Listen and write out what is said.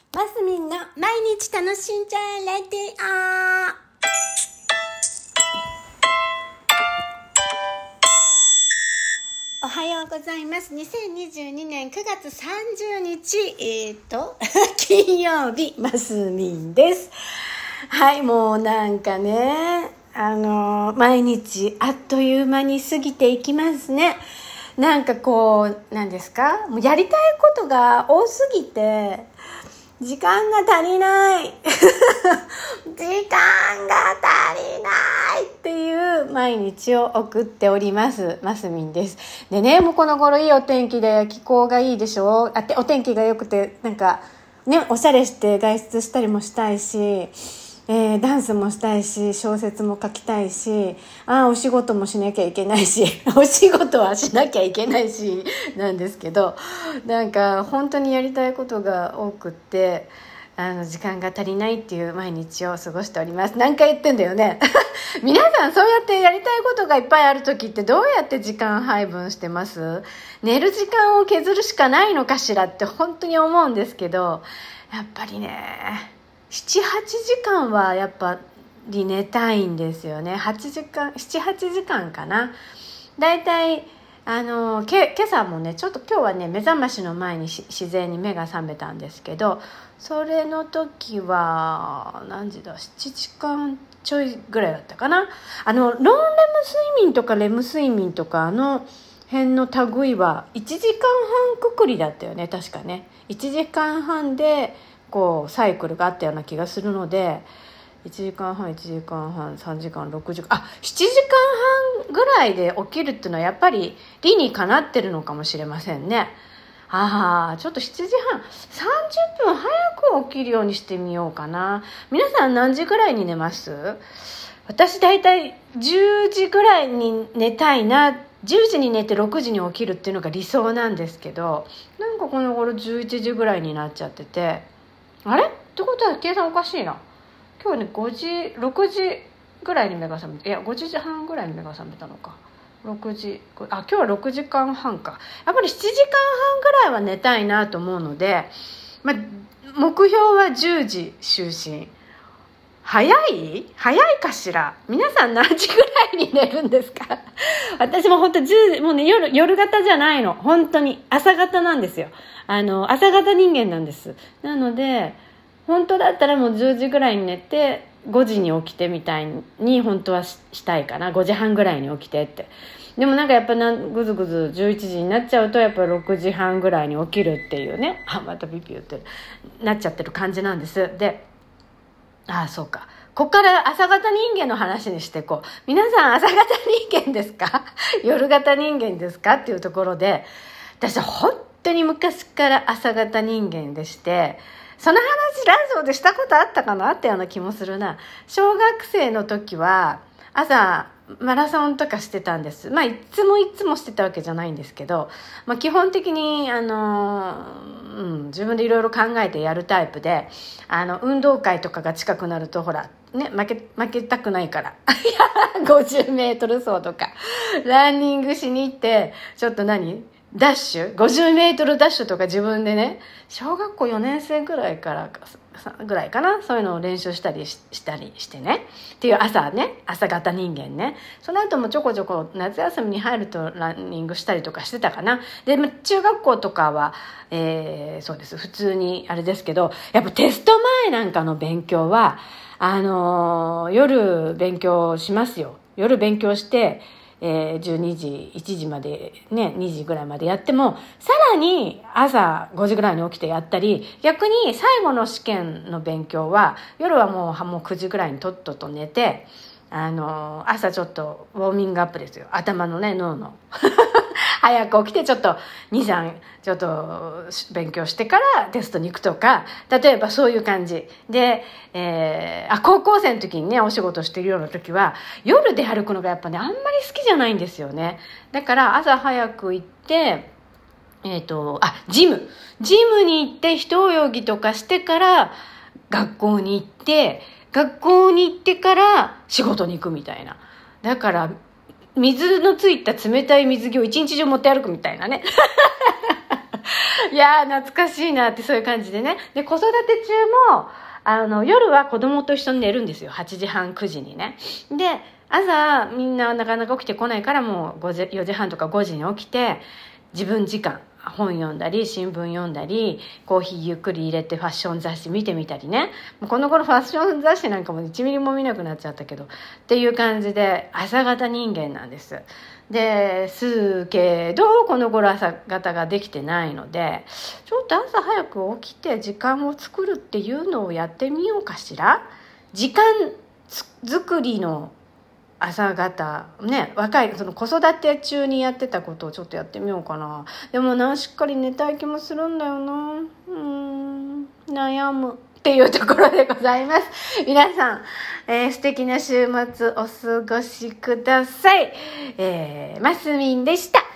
マスミンの毎日楽しんじゃえレディオ。おはようございます。2022年9月30日、金曜日、マスミンです。はい、もうなんかね、毎日あっという間に過ぎていきますね。なんかこう、なんですか？もうやりたいことが多すぎて、時間が足りない時間が足りないっていう毎日を送っておりますマスミンです。でね、もうこの頃いいお天気で気候がいいでしょ。お天気が良くてなんかね、おしゃれして外出したりもしたいし、ダンスもしたいし、小説も書きたいし、お仕事もしなきゃいけないしお仕事はしなきゃいけないしなんですけど、なんか本当にやりたいことが多くって時間が足りないっていう毎日を過ごしております。何回言ってんだよね皆さんそうやってやりたいことがいっぱいある時ってどうやって時間配分してます？寝る時間を削るしかないのかしらって本当に思うんですけど、やっぱりね7、8時間はやっぱり寝たいんですよね。7、8時間かな。だいたい今朝もねちょっと今日はね目覚ましの前に自然に目が覚めたんですけど、それの時は何時だ、7時間ちょいぐらいだったかな。ノンレム睡眠とかレム睡眠とか辺の類は1時間半くくりだったよね、確かね。1時間半でこうサイクルがあったような気がするので、1時間半3時間6時間7時間半ぐらいで起きるっていうのはやっぱり理にかなってるのかもしれませんね。ちょっと7時半30分早く起きるようにしてみようかな。皆さん何時ぐらいに寝ます？私だいたい10時ぐらいに寝たいな。10時に寝て6時に起きるっていうのが理想なんですけど、なんかこの頃11時ぐらいになっちゃってて、あれってことは計算おかしいな。今日ね6時ぐらいに目が覚めて、いや5時半ぐらいに目が覚めたのか。今日は6時間半か。やっぱり7時間半ぐらいは寝たいなと思うので、目標は10時就寝。早いかしら。皆さん何時ぐらいに寝るんですか？私も本当もうね、夜型じゃないの。本当に朝型なんですよ。朝型人間なんです。なので本当だったらもう10時ぐらいに寝て5時に起きてみたいに本当はしたいかな。5時半ぐらいに起きてって。でもなんかやっぱぐずぐず11時になっちゃうとやっぱ6時半ぐらいに起きるっていうね、またピピ言ってるなっちゃってる感じなんです。で、そうか。こっから朝型人間の話にしていこう。皆さん朝型人間ですか？夜型人間ですかっていうところで、私は本当に昔から朝型人間でして、その話ラジオでしたことあったかなってような気もするな。小学生の時は朝マラソンとかしてたんです。いつもしてたわけじゃないんですけど、基本的に自分でいろいろ考えてやるタイプで、運動会とかが近くなるとほらね、負けたくないから50メートル走とかランニングしに行って、ちょっとダッシュ50メートルダッシュとか自分でね、小学校4年生ぐらいかな、そういうのを練習したりしてねっていう朝型人間ね。その後もちょこちょこ夏休みに入るとランニングしたりとかしてたかな。で中学校とかは、そうです普通にあれですけど、やっぱテスト前なんかの勉強は夜勉強しますよ。夜勉強して12時1時までね、2時ぐらいまでやっても、さらに朝5時ぐらいに起きてやったり、逆に最後の試験の勉強は夜はもう9時ぐらいにとっとと寝て、朝ちょっとウォーミングアップですよ、頭のね、脳の早く起きてちょっと 2,3 ちょっと勉強してからテストに行くとか、例えばそういう感じで、高校生の時にねお仕事してるような時は夜で歩くのがやっぱねあんまり好きじゃないんですよね。だから朝早く行ってジムに行って一泳ぎとかしてから学校に行ってから仕事に行くみたいな。だから水のついた冷たい水着を一日中持って歩くみたいなねいやー懐かしいなってそういう感じでね。で子育て中も夜は子供と一緒に寝るんですよ。8時半9時にね。で朝みんななかなか起きてこないからもう4時半とか5時に起きて自分時間本読んだり新聞読んだりコーヒーゆっくり入れてファッション雑誌見てみたりね。もうこの頃ファッション雑誌なんかも1ミリも見なくなっちゃったけどっていう感じで朝型人間なんですですけどこの頃朝型ができてないのでちょっと朝早く起きて時間を作るっていうのをやってみようかしら。時間作りの朝方ね、若いその子育て中にやってたことをちょっとやってみようかな。でもなしっかり寝たい気もするんだよな。悩むっていうところでございます。皆さん、素敵な週末お過ごしください。マスミンでした。